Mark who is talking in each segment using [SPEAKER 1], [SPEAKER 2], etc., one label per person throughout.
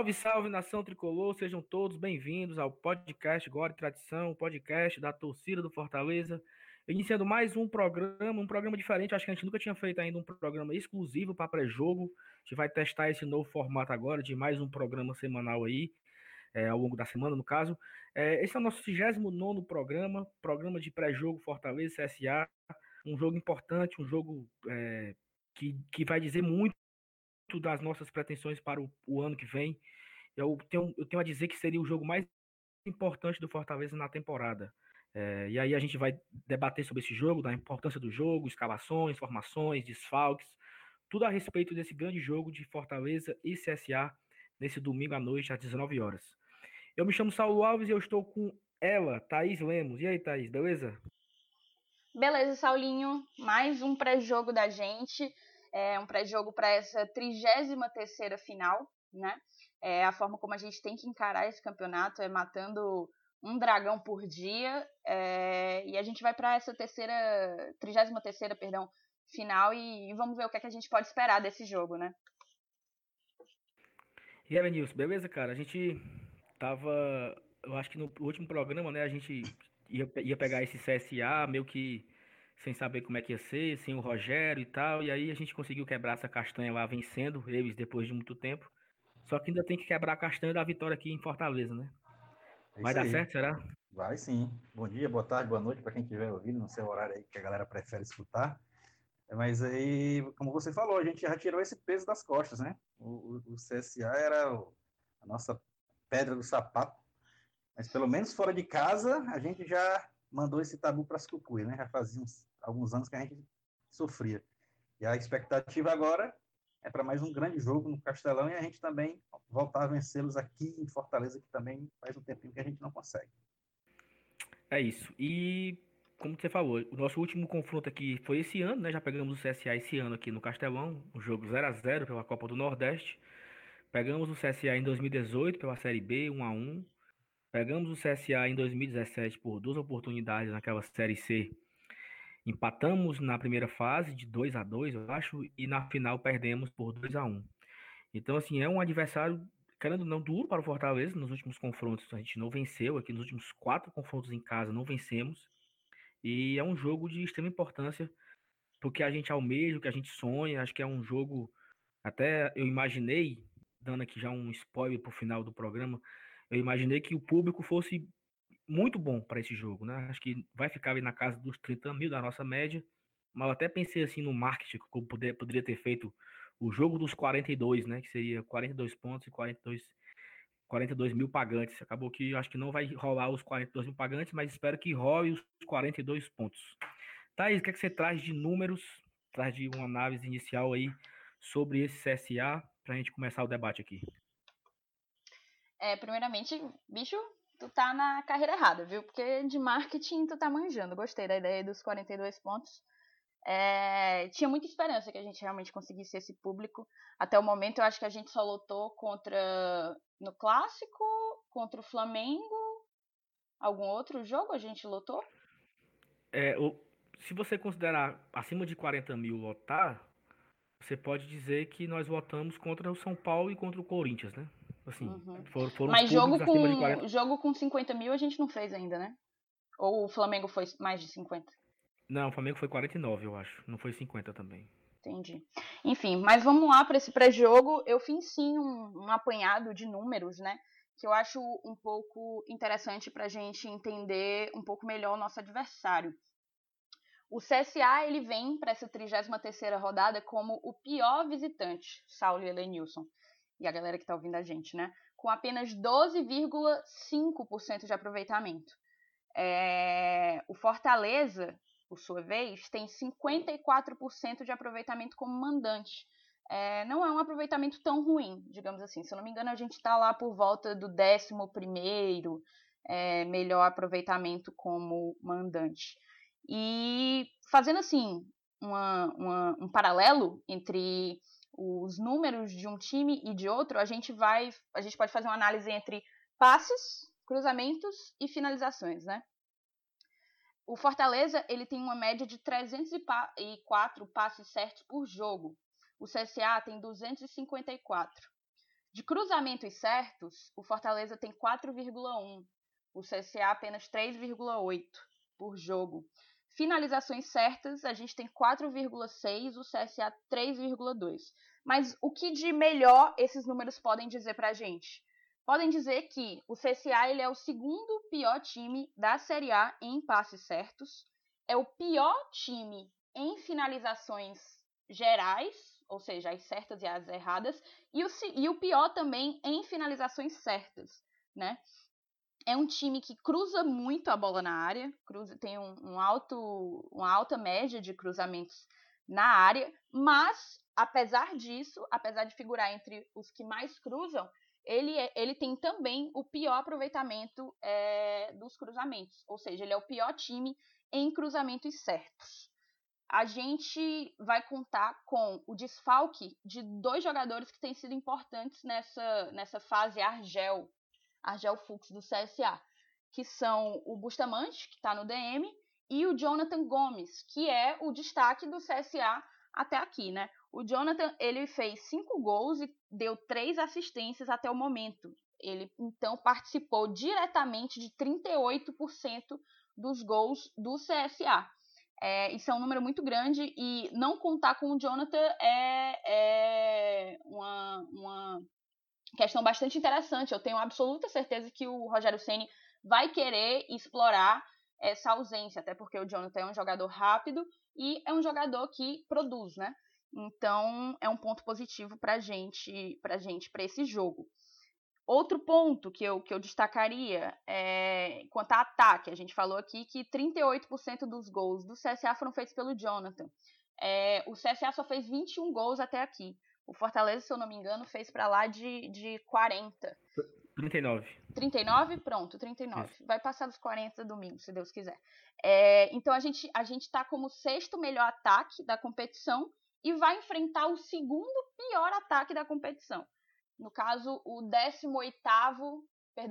[SPEAKER 1] Salve, salve, nação tricolor, sejam todos bem-vindos ao podcast Glória e Tradição, o podcast da torcida do Fortaleza. Iniciando mais um programa diferente, acho que a gente nunca tinha feito ainda um programa exclusivo para pré-jogo. A gente vai testar esse novo formato agora de mais um programa semanal aí, ao longo da semana, no caso. Esse é o nosso 29º programa de pré-jogo Fortaleza CSA, um jogo importante, um jogo que vai dizer muito das nossas pretensões para o ano que vem. Eu tenho a dizer que seria o jogo mais importante do Fortaleza na temporada. E aí a gente vai debater sobre esse jogo, da importância do jogo, escalações, formações, desfalques, tudo a respeito desse grande jogo de Fortaleza e CSA nesse domingo à noite, às 19 horas. Eu me chamo Saulo Alves e eu estou com ela, Thaís Lemos. E aí, Thaís, beleza?
[SPEAKER 2] Beleza, Saulinho. Mais um pré-jogo da gente. Um pré-jogo para essa 33ª final, né? A forma como a gente tem que encarar esse campeonato é matando um dragão por dia. E a gente vai para essa 33ª, final e vamos ver o que é que a gente pode esperar desse jogo, né?
[SPEAKER 1] E aí, Benilson, beleza, cara? A gente tava. Eu acho que no último programa, né, a gente ia pegar esse CSA meio que sem saber como é que ia ser, sem o Rogério e tal. E aí a gente conseguiu quebrar essa castanha lá vencendo eles depois de muito tempo. Só que ainda tem que quebrar a castanha da vitória aqui em Fortaleza, né?
[SPEAKER 3] É
[SPEAKER 1] Vai
[SPEAKER 3] isso
[SPEAKER 1] dar
[SPEAKER 3] aí.
[SPEAKER 1] certo, será?
[SPEAKER 3] Vai sim. Bom dia, boa tarde, boa noite para quem estiver ouvindo, no seu horário aí que a galera prefere escutar. Mas aí, como você falou, a gente já tirou esse peso das costas, né? O CSA era a nossa pedra do sapato, mas pelo menos fora de casa a gente já mandou esse tabu para as cucuias, né? Já fazia alguns anos que a gente sofria. E a expectativa agora é para mais um grande jogo no Castelão e a gente também voltar a vencê-los aqui em Fortaleza, que também faz um tempinho que a gente não consegue.
[SPEAKER 1] É isso. E como você falou, o nosso último confronto aqui foi esse ano, né? Já pegamos o CSA esse ano aqui no Castelão, um jogo 0-0 pela Copa do Nordeste. Pegamos o CSA em 2018 pela Série B, 1-1. Pegamos o CSA em 2017 por duas oportunidades naquela Série C. Empatamos na primeira fase de 2-2, eu acho, e na final perdemos por 2-1. Então, assim, é um adversário, querendo ou não, duro para o Fortaleza. Nos últimos confrontos a gente não venceu, aqui nos últimos 4 confrontos em casa não vencemos. E é um jogo de extrema importância, porque a gente almeja, o que a gente sonha. Acho que é um jogo, até eu imaginei, dando aqui já um spoiler para o final do programa, eu imaginei que o público fosse muito bom para esse jogo, né? Acho que vai ficar ali na casa dos 30 mil da nossa média, mas eu até pensei assim no marketing, como poderia ter feito o jogo dos 42, né? Que seria 42 pontos e 42 mil pagantes. Acabou que eu acho que não vai rolar os 42 mil pagantes, mas espero que role os 42 pontos. Thaís, o que é que você traz de números, traz de uma análise inicial aí sobre esse CSA, para a gente começar o debate aqui?
[SPEAKER 2] Primeiramente, bicho, tu tá na carreira errada, viu? Porque de marketing tu tá manjando. Gostei da ideia dos 42 pontos. Tinha muita esperança que a gente realmente conseguisse esse público. Até o momento eu acho que a gente só lotou no Clássico, contra o Flamengo. Algum outro jogo a gente lotou?
[SPEAKER 1] Se você considerar acima de 40 mil lotar, você pode dizer que nós votamos contra o São Paulo e contra o Corinthians, né? Assim,
[SPEAKER 2] Uhum.
[SPEAKER 1] foram os
[SPEAKER 2] Mas
[SPEAKER 1] públicos acima de 40.
[SPEAKER 2] jogo com 50 mil a gente não fez ainda, né? Ou o Flamengo foi mais de 50?
[SPEAKER 1] Não, o Flamengo foi 49, eu acho. Não foi 50 também.
[SPEAKER 2] Entendi. Enfim, mas vamos lá para esse pré-jogo. Eu fiz sim um apanhado de números, né? Que eu acho um pouco interessante para a gente entender um pouco melhor o nosso adversário. O CSA ele vem para essa 33ª rodada como o pior visitante, Saulo e Elenilson, e a galera que está ouvindo a gente, né? Com apenas 12,5% de aproveitamento. O Fortaleza, por sua vez, tem 54% de aproveitamento como mandante. Não é um aproveitamento tão ruim, digamos assim. Se eu não me engano, a gente está lá por volta do 11º melhor aproveitamento como mandante. E fazendo assim um paralelo entre os números de um time e de outro, a gente pode fazer uma análise entre passes, cruzamentos e finalizações, né? O Fortaleza ele tem uma média de 304 passes certos por jogo. O CSA tem 254. De cruzamentos certos, o Fortaleza tem 4,1, o CSA apenas 3,8 por jogo. Finalizações certas, a gente tem 4,6, o CSA 3,2. Mas o que de melhor esses números podem dizer pra gente? Podem dizer que o CSA ele é o segundo pior time da Série A em passes certos, é o pior time em finalizações gerais, ou seja, as certas e as erradas, e o pior também em finalizações certas, né? É um time que cruza muito a bola na área, tem uma alta média de cruzamentos na área, mas, apesar disso, apesar de figurar entre os que mais cruzam, ele tem também o pior aproveitamento dos cruzamentos, ou seja, ele é o pior time em cruzamentos certos. A gente vai contar com o desfalque de 2 jogadores que têm sido importantes nessa fase Argel Fux do CSA, que são o Bustamante, que está no DM, e o Jonathan Gomes, que é o destaque do CSA até aqui, né? O Jonathan, ele fez 5 gols e deu 3 assistências até o momento. Ele, então, participou diretamente de 38% dos gols do CSA. Isso é um número muito grande e não contar com o Jonathan é uma questão bastante interessante. Eu tenho absoluta certeza que o Rogério Ceni vai querer explorar essa ausência, até porque o Jonathan é um jogador rápido e é um jogador que produz, né? Então, é um ponto positivo para esse jogo. Outro ponto que eu destacaria quanto a ataque. A gente falou aqui que 38% dos gols do CSA foram feitos pelo Jonathan. O CSA só fez 21 gols até aqui. O Fortaleza, se eu não me engano, fez para lá de 40.
[SPEAKER 1] 39.
[SPEAKER 2] 39? Pronto, 39. Isso. Vai passar dos 40 domingo, se Deus quiser. Então, a gente está como 6º melhor ataque da competição e vai enfrentar o 2º pior ataque da competição. No caso, o 19º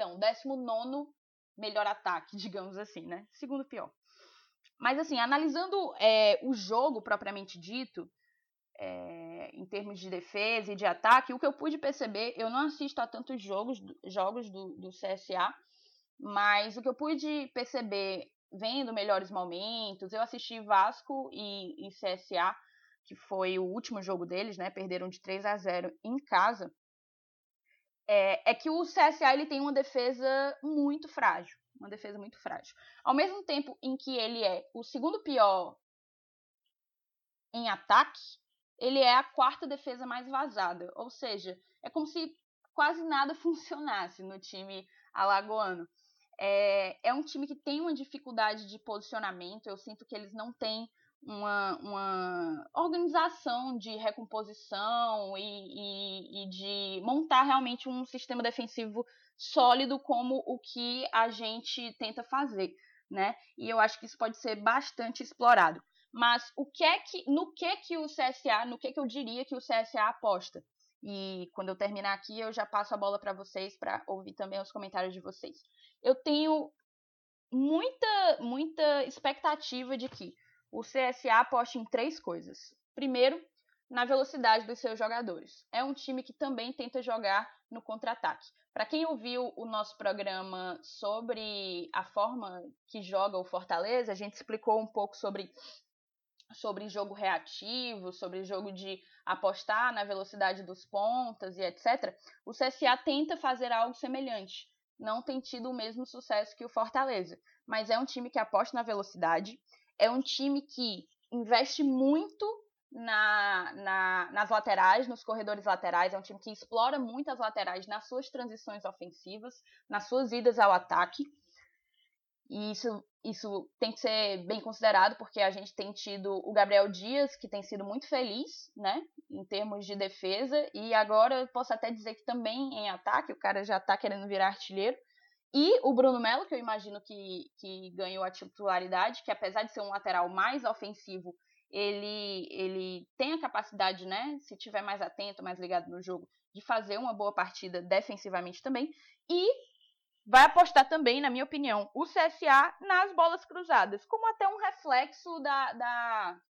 [SPEAKER 2] melhor ataque, digamos assim, né? 2º pior. Mas, assim, analisando o jogo propriamente dito, em termos de defesa e de ataque, o que eu pude perceber, eu não assisto a tantos jogos do CSA, mas o que eu pude perceber vendo melhores momentos, eu assisti Vasco e CSA, que foi o último jogo deles, né? Perderam de 3-0 em casa. Que o CSA ele tem uma defesa muito frágil. Ao mesmo tempo em que ele é o 2º pior em ataque, ele é a 4ª defesa mais vazada. Ou seja, é como se quase nada funcionasse no time alagoano. É um time que tem uma dificuldade de posicionamento. Eu sinto que eles não têm uma organização de recomposição e de montar realmente um sistema defensivo sólido como o que a gente tenta fazer, né? E eu acho que isso pode ser bastante explorado. Mas no que eu diria que o CSA aposta? E quando eu terminar aqui, eu já passo a bola para vocês para ouvir também os comentários de vocês. Eu tenho muita expectativa de que o CSA aposte em 3 coisas. Primeiro, na velocidade dos seus jogadores. É um time que também tenta jogar no contra-ataque. Para quem ouviu o nosso programa sobre a forma que joga o Fortaleza, a gente explicou um pouco sobre jogo reativo, sobre jogo de apostar na velocidade dos pontas e etc. O CSA tenta fazer algo semelhante. Não tem tido o mesmo sucesso que o Fortaleza, mas é um time que aposta na velocidade, é um time que investe muito nas laterais, nos corredores laterais, é um time que explora muito as laterais nas suas transições ofensivas, nas suas idas ao ataque. E isso tem que ser bem considerado, porque a gente tem tido o Gabriel Dias, que tem sido muito feliz, né, em termos de defesa, e agora eu posso até dizer que também em ataque, o cara já tá querendo virar artilheiro. E o Bruno Melo, que eu imagino que ganhou a titularidade, que apesar de ser um lateral mais ofensivo, ele tem a capacidade, né, se tiver mais atento, mais ligado no jogo, de fazer uma boa partida defensivamente também. E vai apostar também, na minha opinião, o CSA nas bolas cruzadas, como até um reflexo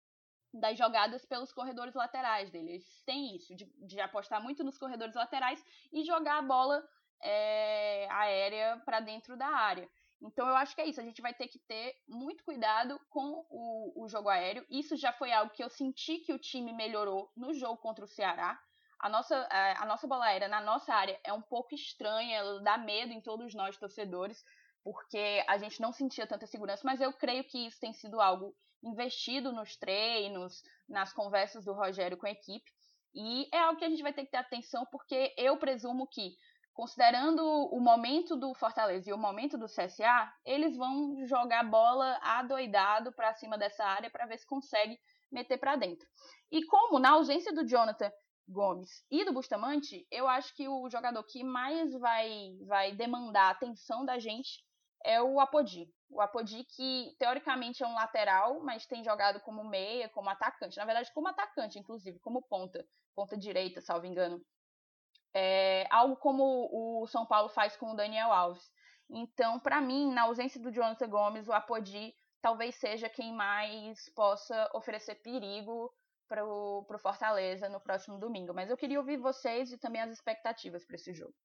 [SPEAKER 2] das jogadas pelos corredores laterais dele. Eles têm isso, de apostar muito nos corredores laterais e jogar a bola aérea para dentro da área. Então eu acho que é isso, a gente vai ter que ter muito cuidado com o jogo aéreo. Isso já foi algo que eu senti que o time melhorou no jogo contra o Ceará. A nossa bola aérea na nossa área é um pouco estranha, ela dá medo em todos nós torcedores, porque a gente não sentia tanta segurança, mas eu creio que isso tem sido algo investido nos treinos, nas conversas do Rogério com a equipe, e é algo que a gente vai ter que ter atenção, porque eu presumo que, considerando o momento do Fortaleza e o momento do CSA, eles vão jogar bola adoidado para cima dessa área para ver se consegue meter para dentro. E como na ausência do Jonathan Gomes e do Bustamante, eu acho que o jogador que mais vai demandar a atenção da gente é o Apodi. O Apodi, que teoricamente é um lateral, mas tem jogado como meia, como atacante. Na verdade, como atacante, inclusive, como ponta direita, salvo engano. Algo como o São Paulo faz com o Daniel Alves. Então, para mim, na ausência do Jonathan Gomes, o Apodi talvez seja quem mais possa oferecer perigo para o Fortaleza no próximo domingo. Mas eu queria ouvir vocês e também as expectativas para esse jogo.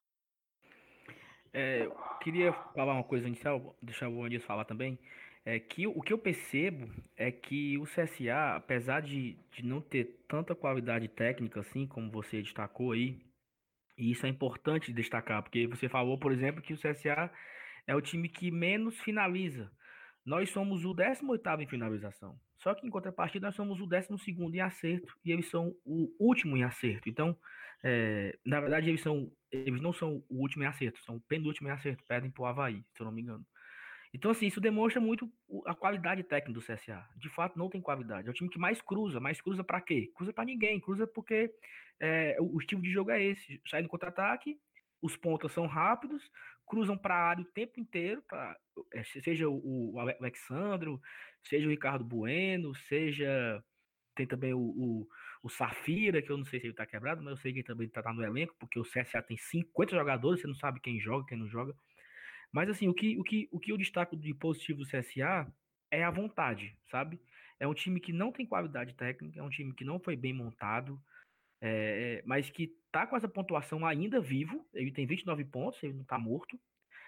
[SPEAKER 1] Eu queria falar uma coisa inicial, deixar o Andis falar também. Que o que eu percebo é que o CSA, apesar de não ter tanta qualidade técnica assim, como você destacou aí, e isso é importante destacar, porque você falou, por exemplo, que o CSA é o time que menos finaliza. Nós somos o 18º em finalização. Só que em contrapartida nós somos o 12º em acerto e eles são o último em acerto. Então, na verdade eles não são o último em acerto, são o penúltimo em acerto, perdem pro Avaí, se eu não me engano. Então, assim, isso demonstra muito a qualidade técnica do CSA. De fato, não tem qualidade. É o time que mais cruza. Mais cruza pra quê? Cruza pra ninguém. Cruza porque o estilo de jogo é esse. Sai no contra-ataque, os pontas são rápidos, cruzam pra área o tempo inteiro, seja o Alexandro, seja o Ricardo Bueno, seja... Tem também o Safira, que eu não sei se ele tá quebrado, mas eu sei que ele também tá no elenco, porque o CSA tem 50 jogadores, você não sabe quem joga, quem não joga. Mas assim, o que eu destaco de positivo do CSA é a vontade, sabe? É um time que não tem qualidade técnica, é um time que não foi bem montado, mas que tá com essa pontuação ainda vivo. Ele tem 29 pontos, ele não tá morto.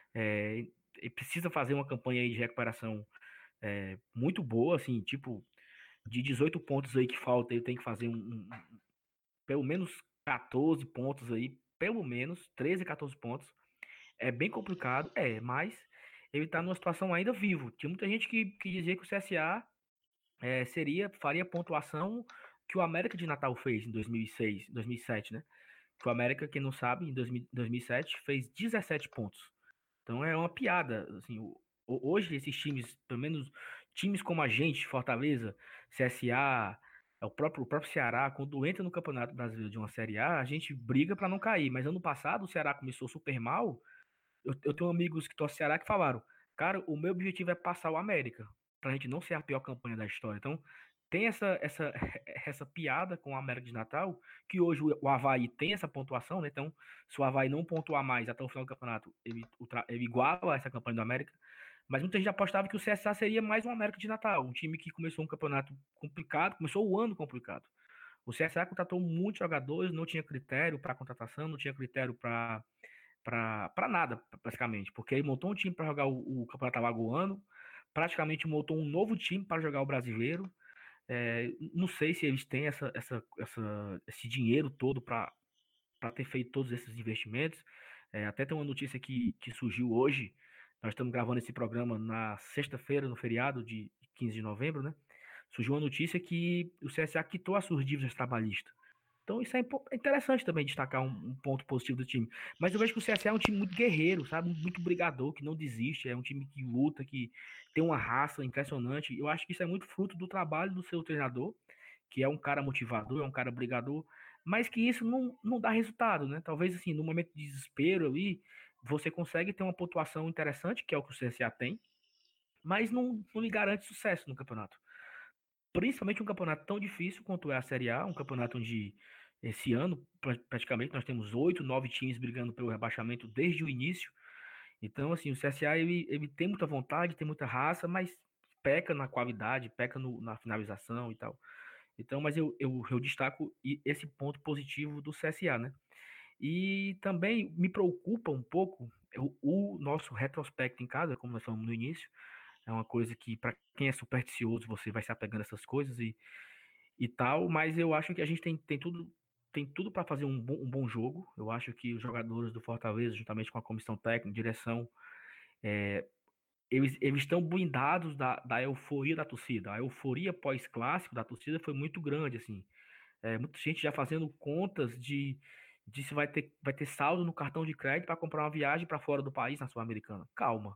[SPEAKER 1] Ele precisa fazer uma campanha aí de recuperação muito boa, assim, tipo, de 18 pontos aí que falta, ele tem que fazer pelo menos 14 pontos aí, pelo menos 13, 14 pontos. É bem complicado, mas ele tá numa situação ainda vivo. Tinha muita gente que dizia que o CSA faria pontuação que o América de Natal fez em 2006, 2007, né? Que o América, quem não sabe, em 2007 fez 17 pontos. Então é uma piada, assim, hoje esses times, pelo menos times como a gente, Fortaleza, CSA, o próprio Ceará, quando entra no Campeonato Brasileiro de uma Série A, a gente briga para não cair. Mas ano passado o Ceará começou super mal. Eu tenho amigos que torcem Ceará que falaram, cara, o meu objetivo é passar o América, pra gente não ser a pior campanha da história. Então, tem essa piada com o América de Natal, que hoje o Avaí tem essa pontuação, né? Então, se o Avaí não pontuar mais até o final do campeonato, ele iguala essa campanha do América. Mas muita gente apostava que o CSA seria mais um América de Natal, um time que começou um campeonato complicado, começou o ano complicado. O CSA contratou muitos jogadores, não tinha critério para contratação, não tinha critério para nada, praticamente, porque ele montou um time para jogar o Campeonato Alagoano, praticamente montou um novo time para jogar o Brasileiro. Não sei se eles têm esse dinheiro todo para ter feito todos esses investimentos. Até tem uma notícia que surgiu hoje. Nós estamos gravando esse programa na sexta-feira, no feriado de 15 de novembro, né? Surgiu uma notícia que o CSA quitou as suas dívidas trabalhistas. Então isso é interessante também destacar um ponto positivo do time. Mas eu vejo que o CSA é um time muito guerreiro, sabe? Muito brigador, que não desiste, é um time que luta, que tem uma raça impressionante. Eu acho que isso é muito fruto do trabalho do seu treinador, que é um cara motivador, é um cara brigador, mas que isso não dá resultado, né? Talvez assim, no momento de desespero ali, você consegue ter uma pontuação interessante, que é o que o CSA tem, mas não lhe garante sucesso no campeonato. Principalmente um campeonato tão difícil quanto é a Série A, um campeonato onde esse ano praticamente nós temos 8, 9 times brigando pelo rebaixamento desde o início. Então, assim, o CSA ele tem muita vontade, tem muita raça, mas peca na qualidade, peca na finalização e tal. Então, mas eu destaco esse ponto positivo do CSA, né? E também me preocupa um pouco o nosso retrospecto em casa, como nós falamos no início. É uma coisa que, para quem é supersticioso, você vai se apegando a essas coisas e tal, mas eu acho que a gente tem tudo para fazer um bom jogo. Eu acho que os jogadores do Fortaleza, juntamente com a comissão técnica, direção, eles estão blindados da euforia da torcida. A euforia pós-clássico da torcida foi muito grande, assim. Muita gente já fazendo contas de se vai ter saldo no cartão de crédito para comprar uma viagem para fora do país, na Sul-Americana. Calma.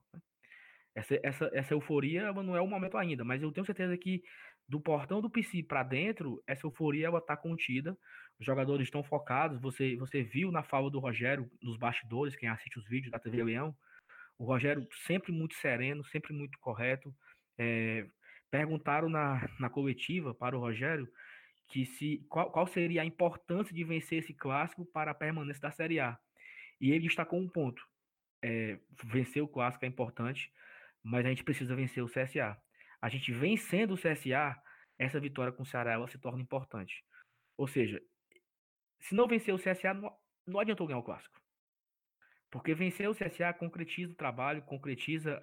[SPEAKER 1] Essa euforia não é o momento ainda, mas eu tenho certeza que do portão do PC para dentro, essa euforia ela está contida. Os jogadores estão focados. Você viu na fala do Rogério, nos bastidores, quem assiste os vídeos da TV Leão, o Rogério sempre muito sereno, sempre muito correto. É, perguntaram na coletiva para o Rogério qual seria a importância de vencer esse clássico para a permanência da Série A. E ele destacou um ponto. Vencer o clássico é importante, mas a gente precisa vencer o CSA. A gente vencendo o CSA, essa vitória com o Ceará ela se torna importante. Ou seja, se não vencer o CSA, não adiantou ganhar o clássico. Porque vencer o CSA concretiza o trabalho, concretiza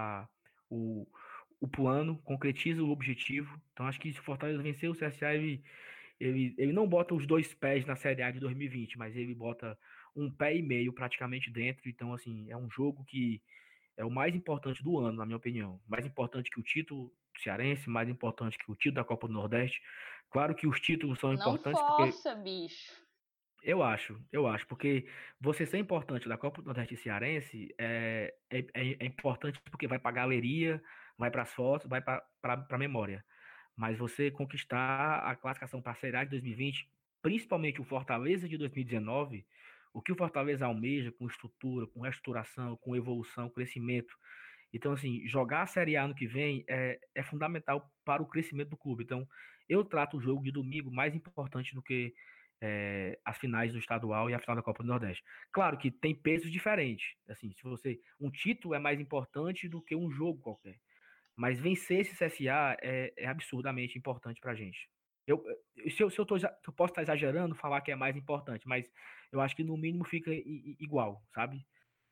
[SPEAKER 1] o, o plano, concretiza o objetivo. Então acho que se o Fortaleza vencer o CSA, ele não bota os dois pés na Série A de 2020, mas ele bota um pé e meio praticamente dentro. Então, assim, é um jogo que é o mais importante do ano, na minha opinião. Mais importante que o título cearense, mais importante que o título da Copa do Nordeste. Claro que os títulos são
[SPEAKER 2] Não
[SPEAKER 1] importantes porque
[SPEAKER 2] força, bicho.
[SPEAKER 1] eu acho, porque você ser importante da Copa do Nordeste cearense é importante porque vai para a galeria, vai para as fotos, vai para a memória. Mas você conquistar a classificação para a Série A de 2020, principalmente o Fortaleza de 2019, o que o Fortaleza almeja com estrutura, com reestruturação, com evolução, crescimento. Então, assim, jogar a Série A no que vem é fundamental para o crescimento do clube. Então, eu trato o jogo de domingo mais importante do que as finais do estadual e a final da Copa do Nordeste. Claro que tem pesos diferentes. Assim, um título é mais importante do que um jogo qualquer. Mas vencer esse CSA é absurdamente importante pra gente. Se eu posso estar exagerando, falar que é mais importante, mas eu acho que no mínimo fica igual, sabe?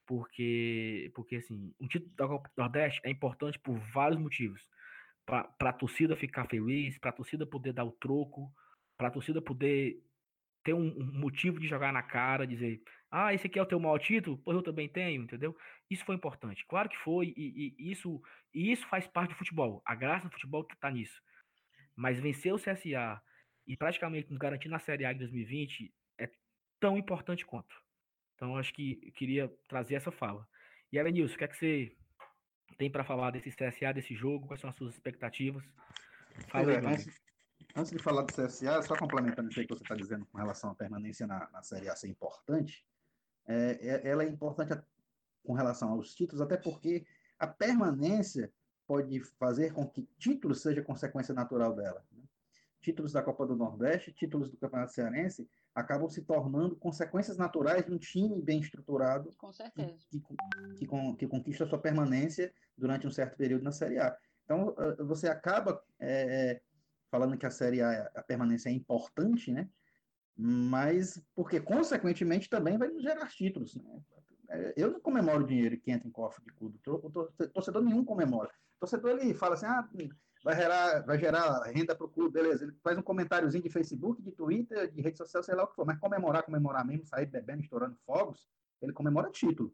[SPEAKER 1] Porque assim, um título da Copa do Nordeste é importante por vários motivos. Para a torcida ficar feliz, para a torcida poder dar o troco, para a torcida poder ter um motivo de jogar na cara, dizer, esse aqui é o teu maior título, pois eu também tenho, entendeu? Isso foi importante. Claro que foi, e isso faz parte do futebol. A graça do futebol tá nisso. Mas vencer o CSA e praticamente nos garantir na Série A de 2020 é tão importante quanto. Então, acho que eu queria trazer essa fala. E, Elenilson, o que é que você tem para falar desse CSA, desse jogo? Quais são as suas expectativas?
[SPEAKER 3] Pois
[SPEAKER 1] Fala aí,
[SPEAKER 3] é,
[SPEAKER 1] meu amigo.
[SPEAKER 3] antes de falar do CSA, só complementando isso aí que você está dizendo com relação à permanência na Série A ser importante, ela é importante com relação aos títulos, até porque a permanência pode fazer com que títulos seja consequência natural dela, né? Títulos da Copa do Nordeste, títulos do Campeonato Cearense, acabam se tornando consequências naturais de um time bem estruturado
[SPEAKER 2] Com certeza.
[SPEAKER 3] que conquista a sua permanência durante um certo período na Série A. Então, você acaba falando que a Série A, a permanência é importante, né? Mas porque, consequentemente, também vai nos gerar títulos, né? Eu não comemoro o dinheiro que entra em cofre de clube. Torcedor nenhum comemora. O torcedor, ele fala assim, vai gerar renda para o clube, beleza. Ele faz um comentáriozinho de Facebook, de Twitter, de rede social, sei lá o que for. Mas comemorar mesmo, sair bebendo, estourando fogos, ele comemora título.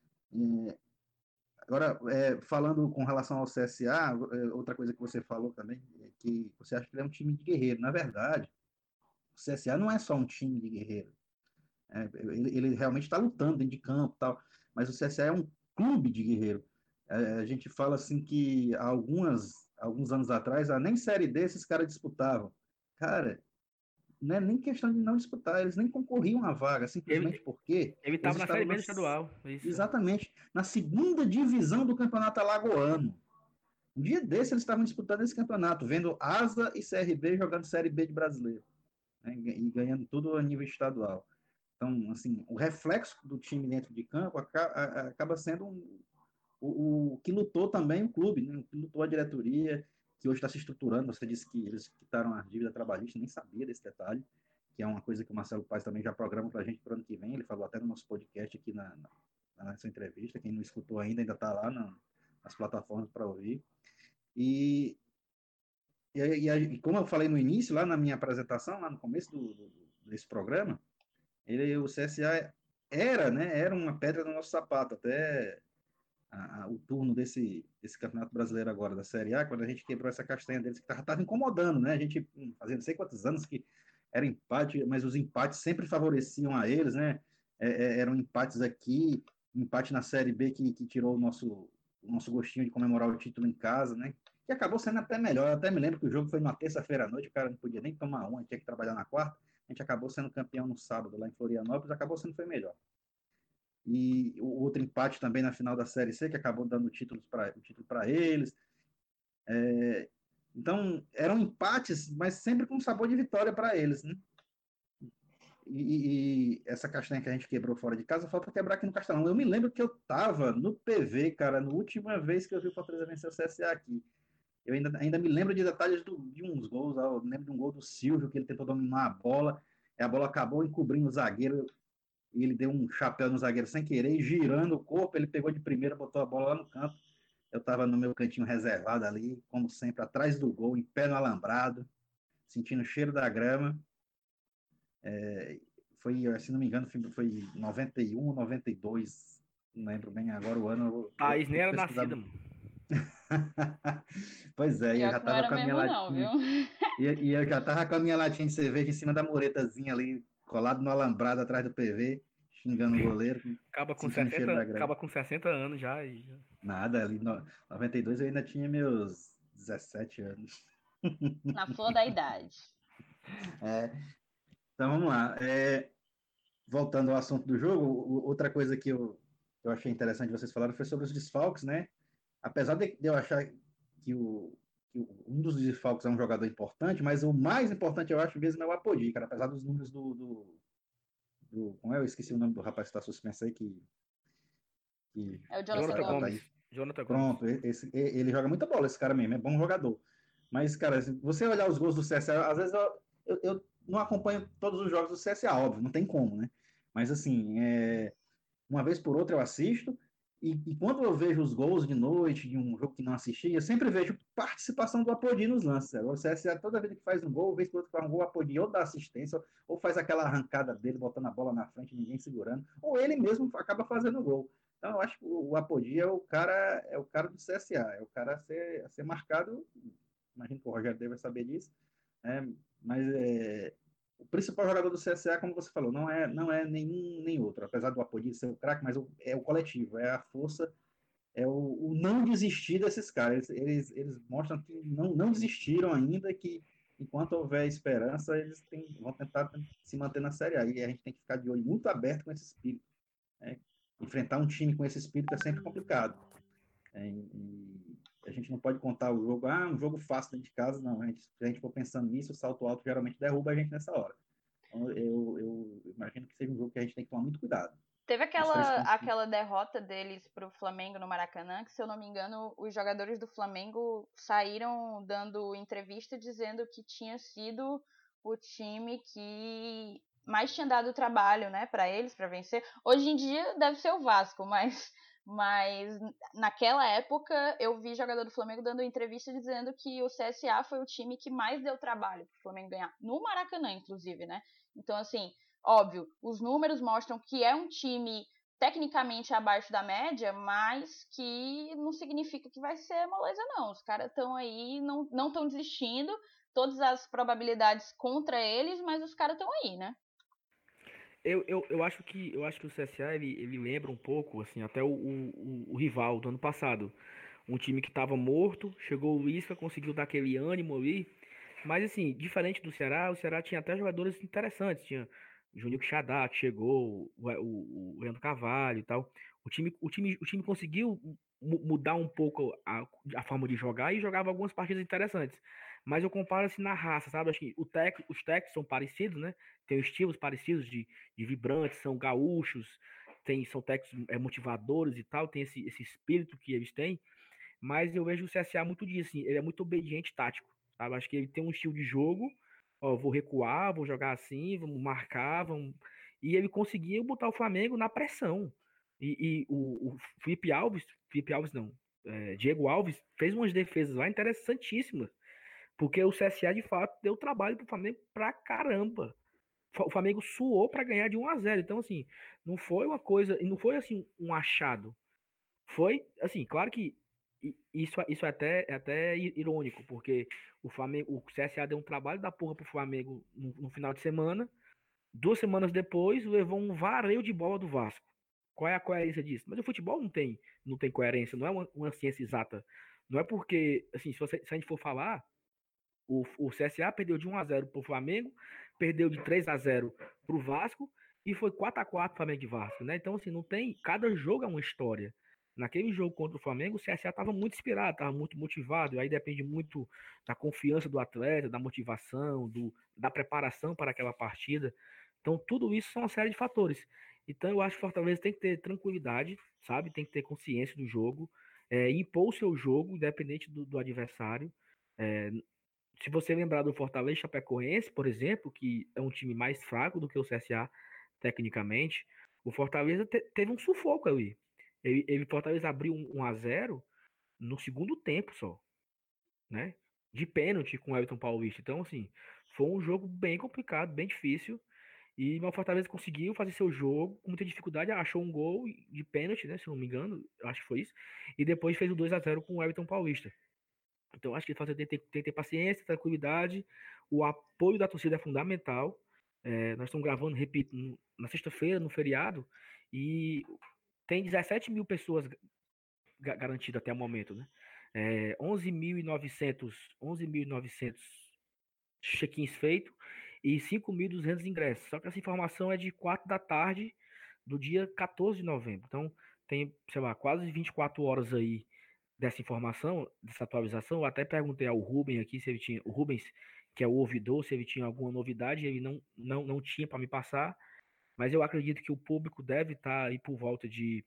[SPEAKER 3] Agora, falando com relação ao CSA, outra coisa que você falou também, é que você acha que ele é um time de guerreiro. Na verdade, o CSA não é só um time de guerreiro. Ele realmente está lutando dentro de campo e tal, mas o CSA é um clube de guerreiro. A gente fala assim que há alguns anos atrás, nem Série D esses caras disputavam. Cara, não é nem questão de não disputar, eles nem concorriam à vaga, simplesmente
[SPEAKER 1] Ele
[SPEAKER 3] porque eles
[SPEAKER 1] estava na
[SPEAKER 3] estavam
[SPEAKER 1] Série B do estadual. Isso.
[SPEAKER 3] exatamente na segunda divisão do campeonato alagoano. Um dia desse eles estavam disputando esse campeonato, vendo Asa e CRB jogando Série B de brasileiro, né, e ganhando tudo a nível estadual. Então, assim, o reflexo do time dentro de campo acaba sendo o que lutou também o clube, né? Que lutou a diretoria, que hoje está se estruturando. Você disse que eles quitaram a dívida trabalhista, nem sabia desse detalhe, que é uma coisa que o Marcelo Paes também já programa para a gente para o ano que vem. Ele falou até no nosso podcast aqui nessa entrevista. Quem não escutou ainda está lá nas plataformas para ouvir. E como eu falei no início, lá na minha apresentação, lá no começo desse programa, o CSA era uma pedra no nosso sapato, até o turno desse Campeonato Brasileiro agora, da Série A, quando a gente quebrou essa castanha deles, que estava incomodando, né? A gente fazia não sei quantos anos que era empate, mas os empates sempre favoreciam a eles, né? Eram empates aqui, empate na Série B que tirou o nosso gostinho de comemorar o título em casa, né? Que acabou sendo até melhor. Eu até me lembro que o jogo foi numa terça-feira à noite, o cara não podia nem tomar uma, tinha que trabalhar na quarta. A gente acabou sendo campeão no sábado lá em Florianópolis, acabou sendo foi melhor. E o outro empate também na final da Série C, que acabou dando o título para eles. Então, eram empates, mas sempre com sabor de vitória para eles, né? E essa castanha que a gente quebrou fora de casa, falta quebrar aqui no Castelão. Eu me lembro que eu tava no PV, cara, na última vez que eu vi o Fortaleza vencer o CSA aqui. Eu ainda me lembro de detalhes de uns gols. Eu me lembro de um gol do Silvio, que ele tentou dominar a bola, e a bola acabou encobrindo o zagueiro, e ele deu um chapéu no zagueiro sem querer, e girando o corpo, ele pegou de primeira, botou a bola lá no canto. Eu estava no meu cantinho reservado ali, como sempre, atrás do gol, em pé no alambrado, sentindo o cheiro da grama. Foi, se não me engano, foi 91, 92, não lembro bem agora o ano.
[SPEAKER 1] Thaís nem era nascida, mano.
[SPEAKER 3] Pois é, e eu
[SPEAKER 2] Pior
[SPEAKER 3] já
[SPEAKER 2] que não
[SPEAKER 3] tava
[SPEAKER 2] era
[SPEAKER 3] com a minha
[SPEAKER 2] mesmo, não,
[SPEAKER 3] latinha.
[SPEAKER 2] viu?
[SPEAKER 3] E eu já tava com a minha latinha de cerveja em cima da muretazinha ali, colado no alambrado atrás do PV, xingando o goleiro, sentindo o cheiro da grama.
[SPEAKER 1] Acaba com 60 anos já.
[SPEAKER 3] Nada, ali no 92 eu ainda tinha meus 17 anos.
[SPEAKER 2] Na flor da idade.
[SPEAKER 3] Então vamos lá. Voltando ao assunto do jogo, outra coisa que eu achei interessante vocês falaram foi sobre os desfalques, né? Apesar de eu achar que um dos desfalques é um jogador importante, mas o mais importante eu acho mesmo é o Apodi, cara. Apesar dos números como é? Eu esqueci o nome do rapaz que está suspenso aí,
[SPEAKER 2] É o Jonathan
[SPEAKER 1] Jonathan
[SPEAKER 2] Gomes.
[SPEAKER 1] Gomes. Jonathan Gomes.
[SPEAKER 3] Pronto, ele joga muita bola, esse cara mesmo, é bom jogador. Mas, cara, se você olhar os gols do CSA, às vezes eu não acompanho todos os jogos do CSA, óbvio, não tem como, né? Mas, assim, uma vez por outra eu assisto, e quando eu vejo os gols de noite, de um jogo que não assisti, eu sempre vejo participação do Apodi nos lances. O CSA, toda vez que faz um gol, vez por outra faz um gol, o Apodi ou dá assistência, ou faz aquela arrancada dele, botando a bola na frente, ninguém segurando, ou ele mesmo acaba fazendo o gol. Então, eu acho que o Apodi é o cara do CSA, é o cara a ser marcado. Imagino que o Rogério deve saber disso, né? Mas o principal jogador do CSA, como você falou, não é nenhum nem outro, apesar do Apodi ser o craque, mas é o coletivo, é a força, é o não desistir desses caras. Eles mostram que não desistiram ainda, que enquanto houver esperança, vão tentar se manter na Série A. E a gente tem que ficar de olho muito aberto com esse espírito, né? Enfrentar um time com esse espírito é sempre complicado. E a gente não pode contar o jogo, um jogo fácil dentro de casa, não. Se a gente for pensando nisso, o salto alto geralmente derruba a gente nessa hora. Então, eu imagino que seja um jogo que a gente tem que tomar muito cuidado.
[SPEAKER 2] Teve aquela derrota deles pro Flamengo no Maracanã, que, se eu não me engano, os jogadores do Flamengo saíram dando entrevista dizendo que tinha sido o time que mais tinha dado trabalho, né, para eles, para vencer. Hoje em dia deve ser o Vasco, mas naquela época eu vi jogador do Flamengo dando entrevista dizendo que o CSA foi o time que mais deu trabalho pro Flamengo ganhar, no Maracanã, inclusive, né? Então, assim, óbvio, os números mostram que é um time tecnicamente abaixo da média, mas que não significa que vai ser moleza, não. Os caras estão aí, não estão desistindo, todas as probabilidades contra eles, mas os caras estão aí, né?
[SPEAKER 1] Eu acho que o CSA ele lembra um pouco, assim, até o rival do ano passado. Um time que estava morto, chegou o Lisca, conseguiu dar aquele ânimo ali. Mas, assim, diferente do Ceará, o Ceará tinha até jogadores interessantes. Tinha o Júnior Quixadá, que chegou, o Leandro Carvalho e tal. O time conseguiu mudar um pouco a forma de jogar e jogava algumas partidas interessantes. Mas eu comparo assim na raça, sabe? Acho que os técnicos são parecidos, né? Tem estilos parecidos de vibrantes, são gaúchos, são técnicos motivadores e tal, tem esse espírito que eles têm, mas eu vejo o CSA muito disso, assim, ele é muito obediente tático, sabe? Acho que ele tem um estilo de jogo, ó, vou recuar, vou jogar assim, vamos marcar, vamos... E ele conseguiu botar o Flamengo na pressão. E o Felipe Alves não, Diego Alves fez umas defesas lá interessantíssimas, porque o CSA de fato deu trabalho pro Flamengo pra caramba. O Flamengo suou para ganhar de 1-0. Então, assim, não foi uma coisa, e não foi assim um achado. Foi, assim, claro que isso é até irônico, porque o CSA deu um trabalho da porra pro Flamengo no final de semana. 2 semanas depois, levou um vareio de bola do Vasco. Qual é a coerência disso? Mas o futebol não tem coerência, não é uma ciência exata. Não é porque, assim, se a gente for falar, o CSA perdeu de 1-0 pro Flamengo, perdeu de 3-0 pro Vasco e foi 4-4 Flamengo e Vasco, né? Então, assim, não tem. Cada jogo é uma história. Naquele jogo contra o Flamengo, o CSA estava muito inspirado, estava muito motivado, e aí depende muito da confiança do atleta, da motivação, da preparação para aquela partida. Então, tudo isso são uma série de fatores. Então, eu acho que o Fortaleza tem que ter tranquilidade, sabe? Tem que ter consciência do jogo, impor o seu jogo, independente do adversário. É, Se você lembrar do Fortaleza e Chapecoense, por exemplo, que é um time mais fraco do que o CSA tecnicamente, o Fortaleza teve um sufoco ali. Fortaleza abriu 1-0 no segundo tempo só, né? De pênalti com o Everton Paulista. Então, assim, foi um jogo bem complicado, bem difícil. E o Fortaleza conseguiu fazer seu jogo com muita dificuldade, achou um gol de pênalti, né? Se não me engano, acho que foi isso. E depois fez o 2-0 com o Everton Paulista. Então, acho que tem que ter paciência, tranquilidade. O apoio da torcida é fundamental. Nós estamos gravando, repito, na sexta-feira, no feriado, e tem 17 mil pessoas garantidas até o momento, né? 11.900 check-ins feitos e 5.200 ingressos. Só que essa informação é de 4 da tarde do dia 14 de novembro. Então, tem, sei lá, quase 24 horas aí dessa informação, dessa atualização. Eu até perguntei ao Rubens aqui se ele tinha, o Rubens, que é o ouvidor, se ele tinha alguma novidade, ele não tinha para me passar, mas eu acredito que o público deve estar aí por volta de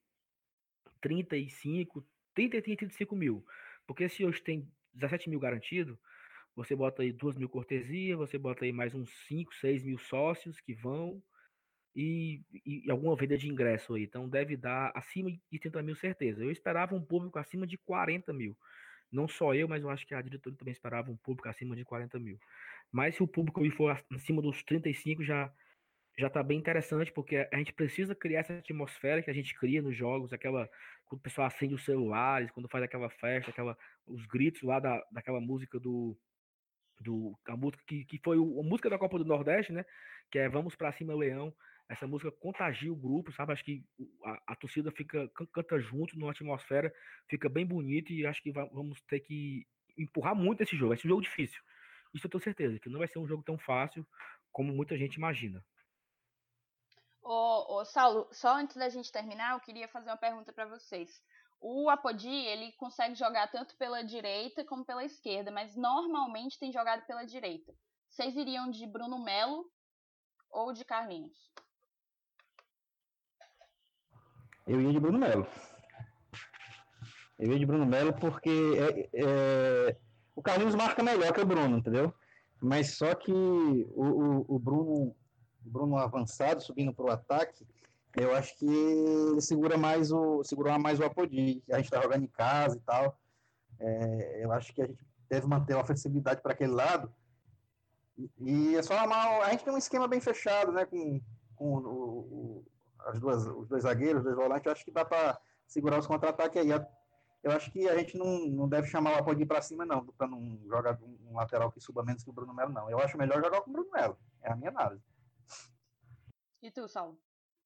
[SPEAKER 1] 35, 30 e 35 mil, porque se hoje tem 17 mil garantido, você bota aí 2 mil cortesia, você bota aí mais uns 5, 6 mil sócios que vão, e alguma venda de ingresso aí. Então deve dar acima de 30 mil, certeza. Eu esperava um público acima de 40 mil. Não só eu, mas eu acho que a diretoria também esperava um público acima de 40 mil. Mas se o público for acima dos 35, já está bem interessante, porque a gente precisa criar essa atmosfera que a gente cria nos jogos, aquela quando o pessoal acende os celulares, quando faz aquela festa, os gritos lá daquela música a música que foi a música da Copa do Nordeste, né? Que é Vamos Pra Cima Leão. Essa música contagia o grupo, sabe? Acho que a torcida canta junto numa atmosfera, fica bem bonito e acho que vamos ter que empurrar muito esse jogo. Vai ser um jogo difícil. Isso eu tenho certeza, que não vai ser um jogo tão fácil como muita gente imagina.
[SPEAKER 2] Ô, Saulo, só antes da gente terminar, eu queria fazer uma pergunta para vocês. O Apodi, ele consegue jogar tanto pela direita como pela esquerda, mas normalmente tem jogado pela direita. Vocês iriam de Bruno Melo ou de Carlinhos?
[SPEAKER 3] Eu ia de Bruno Melo. Eu ia de Bruno Melo porque o Carlinhos marca melhor que o Bruno, entendeu? Mas só que o Bruno avançado, subindo para o ataque, eu acho que ele segura mais o Apodi. A gente está jogando em casa e tal. Eu acho que a gente deve manter a ofensividade para aquele lado. E é só a gente tem um esquema bem fechado, né? Com os dois zagueiros, os dois volantes. Eu acho que dá para segurar os contra-ataques aí. Eu acho que a gente não deve chamar o Apodi para cima, não, para não jogar um lateral que suba menos que o Bruno Melo, não. Eu acho melhor jogar com o Bruno Melo. É a minha análise.
[SPEAKER 2] E tu, Saulo?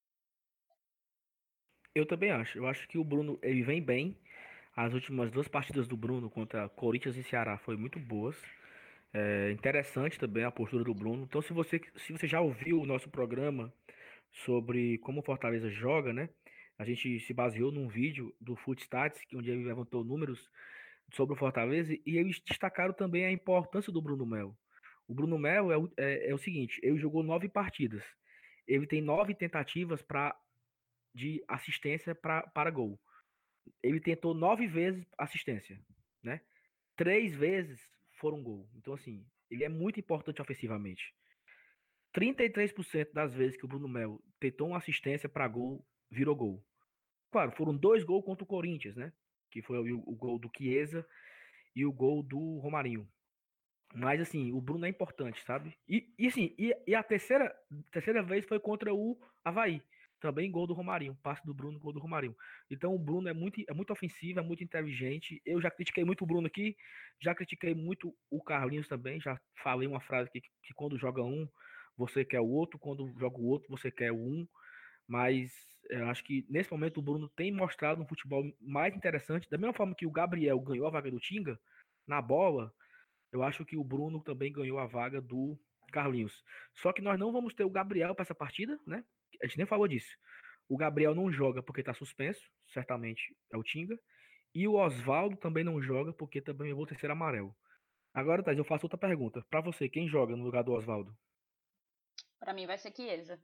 [SPEAKER 1] Eu também acho. Eu acho que o Bruno, ele vem bem. As últimas 2 partidas do Bruno contra Corinthians e Ceará foram muito boas. Interessante também a postura do Bruno. Então, se você já ouviu o nosso programa sobre como o Fortaleza joga, né? A gente se baseou num vídeo do Footstats, onde ele levantou números sobre o Fortaleza, e eles destacaram também a importância do Bruno Melo. O Bruno Melo é o seguinte, ele jogou 9 partidas. Ele tem 9 tentativas para de assistência para gol. Ele tentou 9 vezes assistência, né? 3 vezes foram gol. Então, assim, ele é muito importante ofensivamente. 33% das vezes que o Bruno Melo tentou uma assistência para gol, virou gol. Claro, foram 2 gols contra o Corinthians, né? Que foi o gol do Chiesa e o gol do Romarinho. Mas, assim, o Bruno é importante, sabe? E a terceira vez foi contra o Avaí. Também gol do Romarinho. Passe do Bruno, gol do Romarinho. Então, o Bruno é muito ofensivo, é muito inteligente. Eu já critiquei muito o Bruno aqui. Já critiquei muito o Carlinhos também. Já falei uma frase aqui que quando joga um, você quer o outro. Quando joga o outro, você quer o um. Mas eu acho que nesse momento o Bruno tem mostrado um futebol mais interessante. Da mesma forma que o Gabriel ganhou a vaga do Tinga na bola, eu acho que o Bruno também ganhou a vaga do Carlinhos. Só que nós não vamos ter o Gabriel para essa partida, né? A gente nem falou disso. O Gabriel não joga porque está suspenso, certamente é o Tinga. E o Oswaldo também não joga porque também levou o terceiro amarelo. Agora, Thais, eu faço outra pergunta. Para você, quem joga no lugar do Oswaldo?
[SPEAKER 2] Pra mim vai ser Chiesa.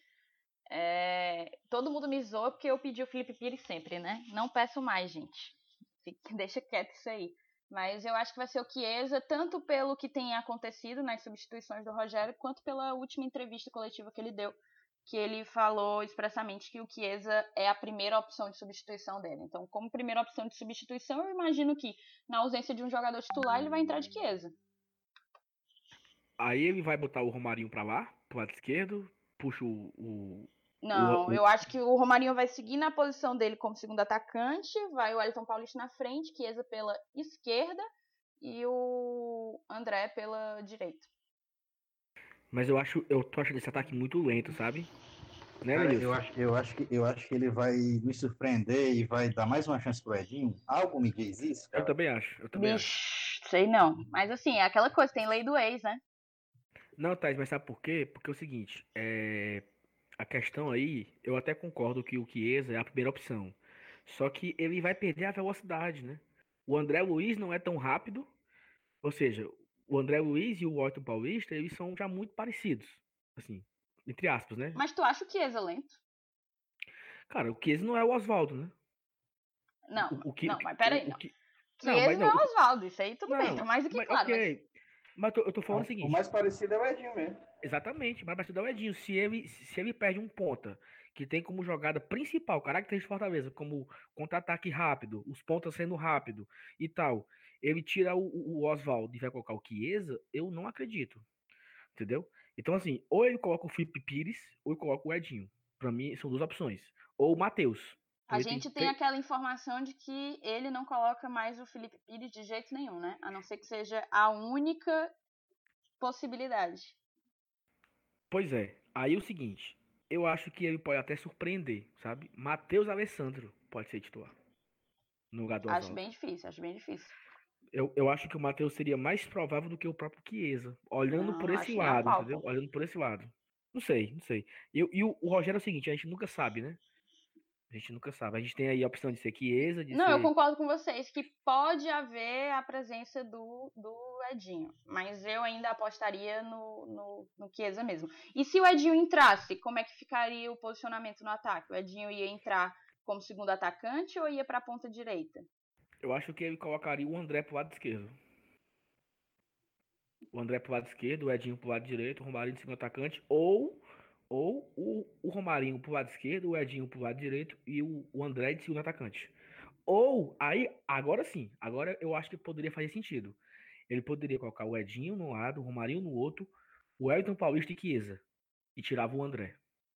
[SPEAKER 2] Todo mundo me zoa porque eu pedi o Felipe Pires sempre, né? Não peço mais, gente. Deixa quieto isso aí. Mas eu acho que vai ser o Chiesa, tanto pelo que tem acontecido nas substituições do Rogério, quanto pela última entrevista coletiva que ele deu, que ele falou expressamente que o Chiesa é a primeira opção de substituição dele. Então, como primeira opção de substituição, eu imagino que, na ausência de um jogador titular, ele vai entrar de Chiesa.
[SPEAKER 1] Aí ele vai botar o Romarinho para lá, pro lado esquerdo, puxa
[SPEAKER 2] Não, eu acho que o Romarinho vai seguir na posição dele como segundo atacante, vai o Wellington Paulista na frente, Chiesa pela esquerda e o André pela direita.
[SPEAKER 1] Mas eu tô achando esse ataque muito lento, sabe? Né,
[SPEAKER 3] Cara,
[SPEAKER 1] Lenilson?
[SPEAKER 3] eu acho que ele vai me surpreender e vai dar mais uma chance pro Edinho. Algo me diz isso,
[SPEAKER 1] Eu
[SPEAKER 3] cara.
[SPEAKER 1] também acho, eu também acho.
[SPEAKER 2] Sei não. Mas assim, é aquela coisa, tem lei do ex, né?
[SPEAKER 1] Não, Thais, mas sabe por quê? Porque é o seguinte, a questão aí, eu até concordo que o Chiesa é a primeira opção. Só que ele vai perder a velocidade, né? O André Luiz não é tão rápido, ou seja, o André Luiz e o Wellington Paulista, eles são já muito parecidos, assim, entre aspas, né?
[SPEAKER 2] Mas tu acha o Chiesa lento?
[SPEAKER 1] Cara, o Chiesa não é o Oswaldo, né?
[SPEAKER 2] Não, não, mas
[SPEAKER 1] o,
[SPEAKER 2] peraí,
[SPEAKER 1] o
[SPEAKER 2] não.
[SPEAKER 1] que Não, mas
[SPEAKER 2] Chiesa não
[SPEAKER 1] não.
[SPEAKER 2] é o Oswaldo, isso aí tudo bem, tá
[SPEAKER 1] Não,
[SPEAKER 2] mais do que
[SPEAKER 1] mas
[SPEAKER 2] claro, mas
[SPEAKER 1] ok. Mas eu tô falando o
[SPEAKER 3] O
[SPEAKER 1] seguinte,
[SPEAKER 3] mais parecido é o Edinho mesmo.
[SPEAKER 1] exatamente, mas bastidor é o Edinho. Se ele perde um ponta, que tem como jogada principal, característica de Fortaleza, como contra-ataque rápido, os pontas sendo rápido e tal, ele tira o Oswaldo e vai colocar o Chiesa, eu não acredito. Entendeu? Então, assim, ou ele coloca o Felipe Pires, ou ele coloca o Edinho. Pra mim, são duas opções. Ou o Matheus.
[SPEAKER 2] a gente tem aquela informação de que ele não coloca mais o Felipe Pires de jeito nenhum, né? A não ser que seja a única possibilidade.
[SPEAKER 1] Pois é. Aí o seguinte, eu acho que ele pode até surpreender, sabe? Matheus Alessandro pode ser titular no lugar do
[SPEAKER 2] Acho
[SPEAKER 1] Oswaldo.
[SPEAKER 2] bem difícil, acho bem difícil.
[SPEAKER 1] Eu acho que o Matheus seria mais provável do que o próprio Chiesa, olhando por
[SPEAKER 2] Não,
[SPEAKER 1] esse
[SPEAKER 2] acho nem a
[SPEAKER 1] lado,
[SPEAKER 2] pau,
[SPEAKER 1] entendeu?
[SPEAKER 2] pô.
[SPEAKER 1] Olhando por esse lado. Não sei, não sei. O Rogério é o seguinte, a gente nunca sabe, né? A gente nunca sabe. A gente tem aí a opção de ser Chiesa, de
[SPEAKER 2] Não, eu
[SPEAKER 1] ser...
[SPEAKER 2] concordo com vocês que pode haver a presença do Edinho, mas eu ainda apostaria no Chiesa mesmo. E se o Edinho entrasse, como é que ficaria o posicionamento no ataque? O Edinho ia entrar como segundo atacante ou ia para a ponta direita?
[SPEAKER 1] Eu acho que ele colocaria o André pro lado esquerdo. O André pro lado esquerdo, o Edinho pro lado direito, o Romarinho de segundo atacante, ou o Romarinho pro lado esquerdo, o Edinho pro lado direito e o André de segundo atacante. Ou, aí, agora sim, agora eu acho que poderia fazer sentido. Ele poderia colocar o Edinho no lado, o Romarinho no outro, o Elton Paulista e Chiesa, e tirava o André.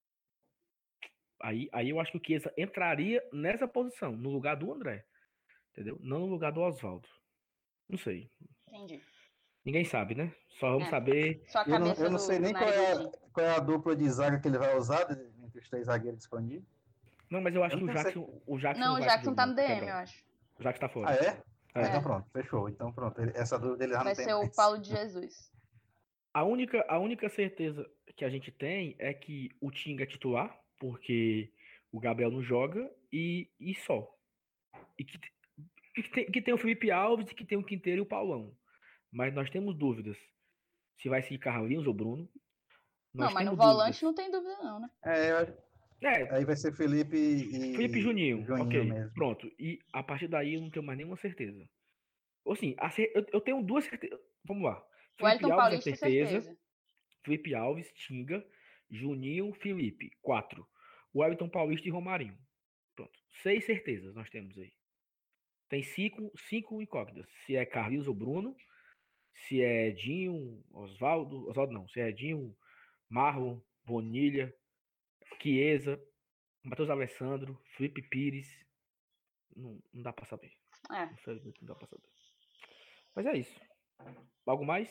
[SPEAKER 1] Aí eu acho que o Chiesa entraria nessa posição, no lugar do André, entendeu? Não no lugar do Oswaldo. Não sei.
[SPEAKER 2] Entendi.
[SPEAKER 1] Ninguém sabe, né? Só vamos
[SPEAKER 2] É,
[SPEAKER 1] saber.
[SPEAKER 2] só a cabeça
[SPEAKER 3] Eu não sei
[SPEAKER 2] do
[SPEAKER 3] nem
[SPEAKER 2] narigudinho.
[SPEAKER 3] qual é a dupla de zaga que ele vai usar entre os três zagueiros disponíveis.
[SPEAKER 1] Não, mas eu acho
[SPEAKER 3] Eu
[SPEAKER 1] que
[SPEAKER 3] não tenho certeza.
[SPEAKER 1] O Jackson
[SPEAKER 2] Não,
[SPEAKER 1] não
[SPEAKER 2] o
[SPEAKER 1] vai pro
[SPEAKER 2] Jackson
[SPEAKER 1] jogo,
[SPEAKER 2] tá
[SPEAKER 1] não,
[SPEAKER 2] no
[SPEAKER 1] tá
[SPEAKER 2] DM, eu
[SPEAKER 1] quebrado.
[SPEAKER 2] acho.
[SPEAKER 1] O Jackson tá
[SPEAKER 3] Ah,
[SPEAKER 1] fora.
[SPEAKER 3] é? Ah, então
[SPEAKER 2] É,
[SPEAKER 3] pronto, fechou. Então pronto, essa dúvida ele já não
[SPEAKER 2] vai
[SPEAKER 3] tem
[SPEAKER 2] ser o
[SPEAKER 3] mais.
[SPEAKER 2] Paulo de Jesus.
[SPEAKER 1] A única certeza que a gente tem é que o Tinga é titular, porque o Gabriel não joga, e só. E que tem o Felipe Alves, e que tem o Quinteiro e o Paulão. Mas nós temos dúvidas se vai ser Carlinhos ou Bruno.
[SPEAKER 2] Não,
[SPEAKER 1] Nós
[SPEAKER 2] mas no
[SPEAKER 1] temos dúvidas.
[SPEAKER 2] volante não tem dúvida não, né?
[SPEAKER 3] É, Aí vai ser Felipe
[SPEAKER 1] Felipe e
[SPEAKER 3] e
[SPEAKER 1] Juninho.
[SPEAKER 3] Juninho
[SPEAKER 1] Ok,
[SPEAKER 3] mesmo.
[SPEAKER 1] pronto. E a partir daí eu não tenho mais nenhuma certeza. Ou assim, eu tenho duas certezas. Vamos lá. Felipe
[SPEAKER 2] Wellington
[SPEAKER 1] Alves é
[SPEAKER 2] Paulista,
[SPEAKER 1] certeza.
[SPEAKER 2] certeza.
[SPEAKER 1] Felipe Alves, Tinga, Juninho, Felipe. 4. Wellington Paulista e Romarinho. Pronto. 6 certezas nós temos aí. Tem cinco incógnitas. Se é Carlinhos ou Bruno, se é Edinho, Oswaldo não, se é Edinho, Marlon, Bonilha, Chiesa, Matheus Alessandro, Felipe Pires. Não dá pra saber.
[SPEAKER 2] É.
[SPEAKER 1] Infelizmente não dá pra saber. Mas é isso. Algo mais?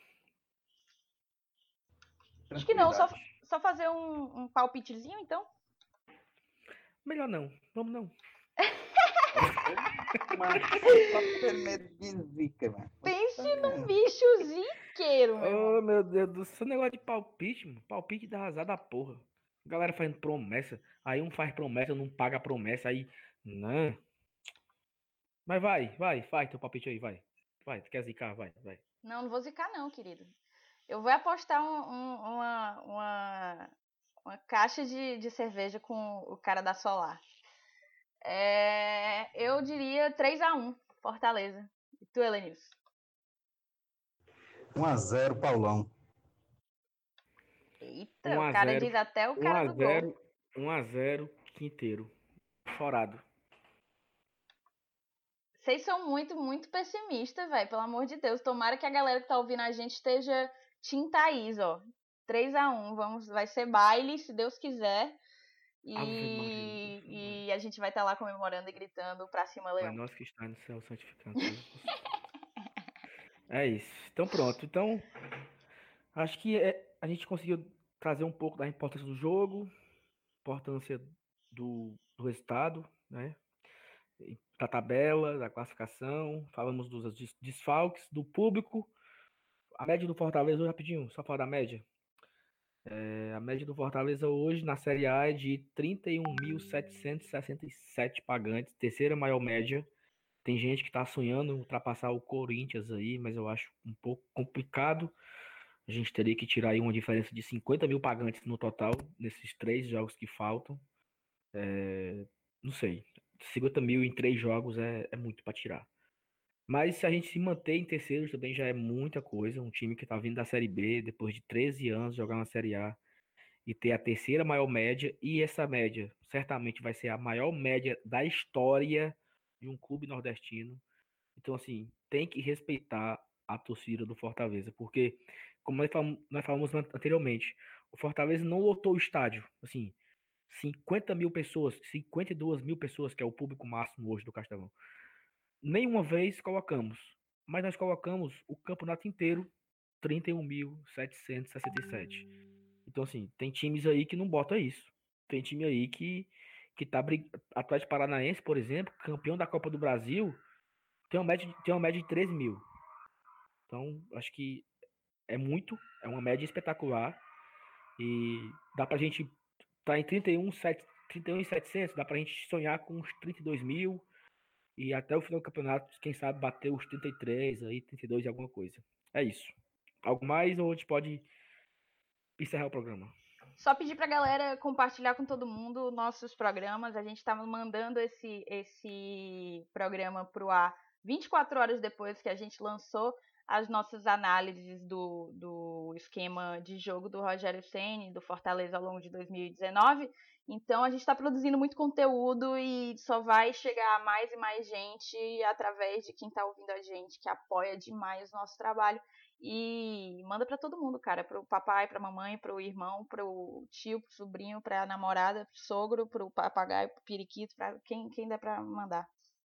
[SPEAKER 2] Acho que não,
[SPEAKER 3] Tranquilidade.
[SPEAKER 2] só fazer um palpitezinho, então.
[SPEAKER 1] Melhor não. Vamos não.
[SPEAKER 2] Pense num bicho ziqueiro, meu irmão.
[SPEAKER 1] Oh, meu Deus do céu. Negócio de palpite, mano. Palpite dá azar da porra. A galera fazendo promessa. Aí um faz promessa, não paga a promessa. Aí. Não. Mas faz teu palpite aí, vai. Vai, tu quer zicar? Vai.
[SPEAKER 2] Não vou zicar não, querido. Eu vou apostar uma caixa de cerveja com o cara da Solar. Eu diria 3-1, Fortaleza. E tu, Helenilson?
[SPEAKER 3] 1-0, Paulão.
[SPEAKER 2] Eita, o cara diz até o cara do gol.
[SPEAKER 1] 1-0, Quinteiro. Chorado.
[SPEAKER 2] Vocês são muito, muito pessimistas, velho. Pelo amor de Deus. Tomara que a galera que tá ouvindo a gente esteja Tim Thaís, ó. 3-1. Vai ser baile, se Deus quiser. E a gente vai estar lá comemorando e gritando pra cima, Leão.
[SPEAKER 1] Pai nosso que está no céu, santificado. É isso. Então pronto. Então, acho que a gente conseguiu trazer um pouco da importância do jogo, importância do resultado, né? Da tabela, da classificação, falamos dos desfalques, do público. A média do Fortaleza, hoje, rapidinho, só falar da média. A média do Fortaleza hoje na Série A é de 31.767 pagantes, terceira maior média. Tem gente que está sonhando ultrapassar o Corinthians aí, mas eu acho um pouco complicado. A gente teria que tirar aí uma diferença de 50 mil pagantes no total, nesses 3 jogos que faltam. Não sei. 50 mil em 3 jogos é muito para tirar. Mas se a gente se manter em terceiro também já é muita coisa. Um time que está vindo da Série B, depois de 13 anos, jogar na Série A e ter a terceira maior média. E essa média certamente vai ser a maior média da história de um clube nordestino. Então, assim, tem que respeitar a torcida do Fortaleza, porque, como nós falamos anteriormente, o Fortaleza não lotou o estádio. Assim, 50 mil pessoas, 52 mil pessoas, que é o público máximo hoje do Castelão. Nenhuma vez colocamos, mas nós colocamos o campeonato inteiro, 31.767. Então, assim, tem times aí que não bota isso. Tem time aí que tá brigando. Atlético Paranaense, por exemplo, campeão da Copa do Brasil, tem uma média de 13 mil. Então, acho que é uma média espetacular. E dá pra gente tá em 31.700, dá pra gente sonhar com uns 32 mil. E até o final do campeonato, quem sabe, bater os 33, aí, 32 e alguma coisa. É isso. Algo mais ou a gente pode encerrar o programa?
[SPEAKER 2] Só pedir pra galera compartilhar com todo mundo nossos programas. A gente tava mandando esse programa pro ar 24 horas depois que a gente lançou as nossas análises do esquema de jogo do Rogério Ceni, do Fortaleza ao longo de 2019. Então a gente está produzindo muito conteúdo e só vai chegar a mais e mais gente através de quem está ouvindo a gente, que apoia demais o nosso trabalho. E manda pra todo mundo, cara. Pro papai, pra mamãe, pro irmão, pro tio, pro sobrinho, pra namorada, pro sogro, pro papagaio, pro periquito, pra quem der pra mandar.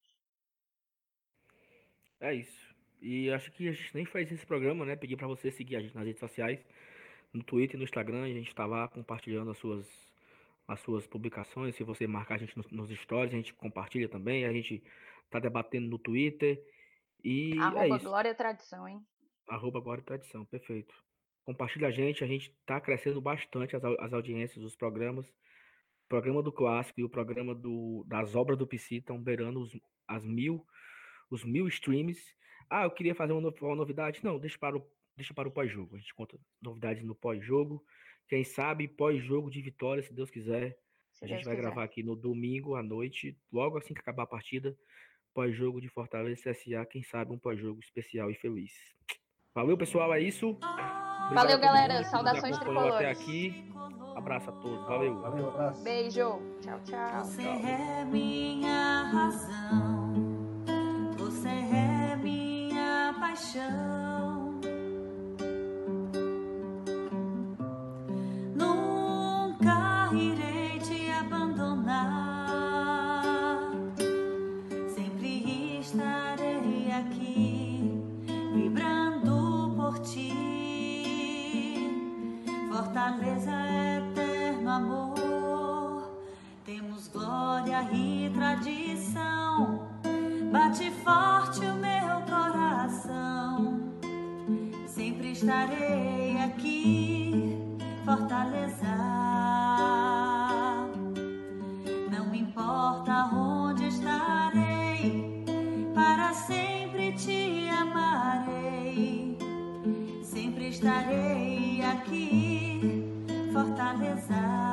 [SPEAKER 1] É isso. E acho que a gente nem faz esse programa, né? Pedir pra você seguir a gente nas redes sociais, no Twitter e no Instagram. A gente tá lá compartilhando as suas publicações. Se você marcar a gente nos stories, a gente compartilha também. A gente tá debatendo no Twitter. E é
[SPEAKER 2] Arroba
[SPEAKER 1] isso.
[SPEAKER 2] Glória Tradição, hein?
[SPEAKER 1] Arroba Glória e Tradição, perfeito. Compartilha a gente tá crescendo bastante as audiências, os programas. O programa do Clássico e o programa das obras do PC estão beirando os 1.000 streams. Ah, eu queria fazer uma novidade. Não, deixa para o pós-jogo. A gente conta novidades no pós-jogo. Quem sabe pós-jogo de vitória, se Deus quiser. A gente vai gravar aqui no domingo à noite, logo assim que acabar a partida, pós-jogo de Fortaleza e CSA, quem sabe um pós-jogo especial e feliz. Valeu, pessoal, é isso.
[SPEAKER 2] Obrigado. Valeu, galera. Saudações tricolores.
[SPEAKER 1] Até aqui. Abraço a todos. Valeu.
[SPEAKER 3] Valeu, abraço.
[SPEAKER 2] Beijo. Tchau, tchau.
[SPEAKER 4] Você é minha razão. Você é minha paixão. Nunca irei te abandonar. Sempre estarei aqui, vibrando por ti. Fortaleza, eterno amor. Temos glória e tradição. Bate forte o meu coração. Sempre estarei aqui, Fortaleza. Não importa onde estarei, para sempre te amarei. Sempre estarei aqui, Fortaleza.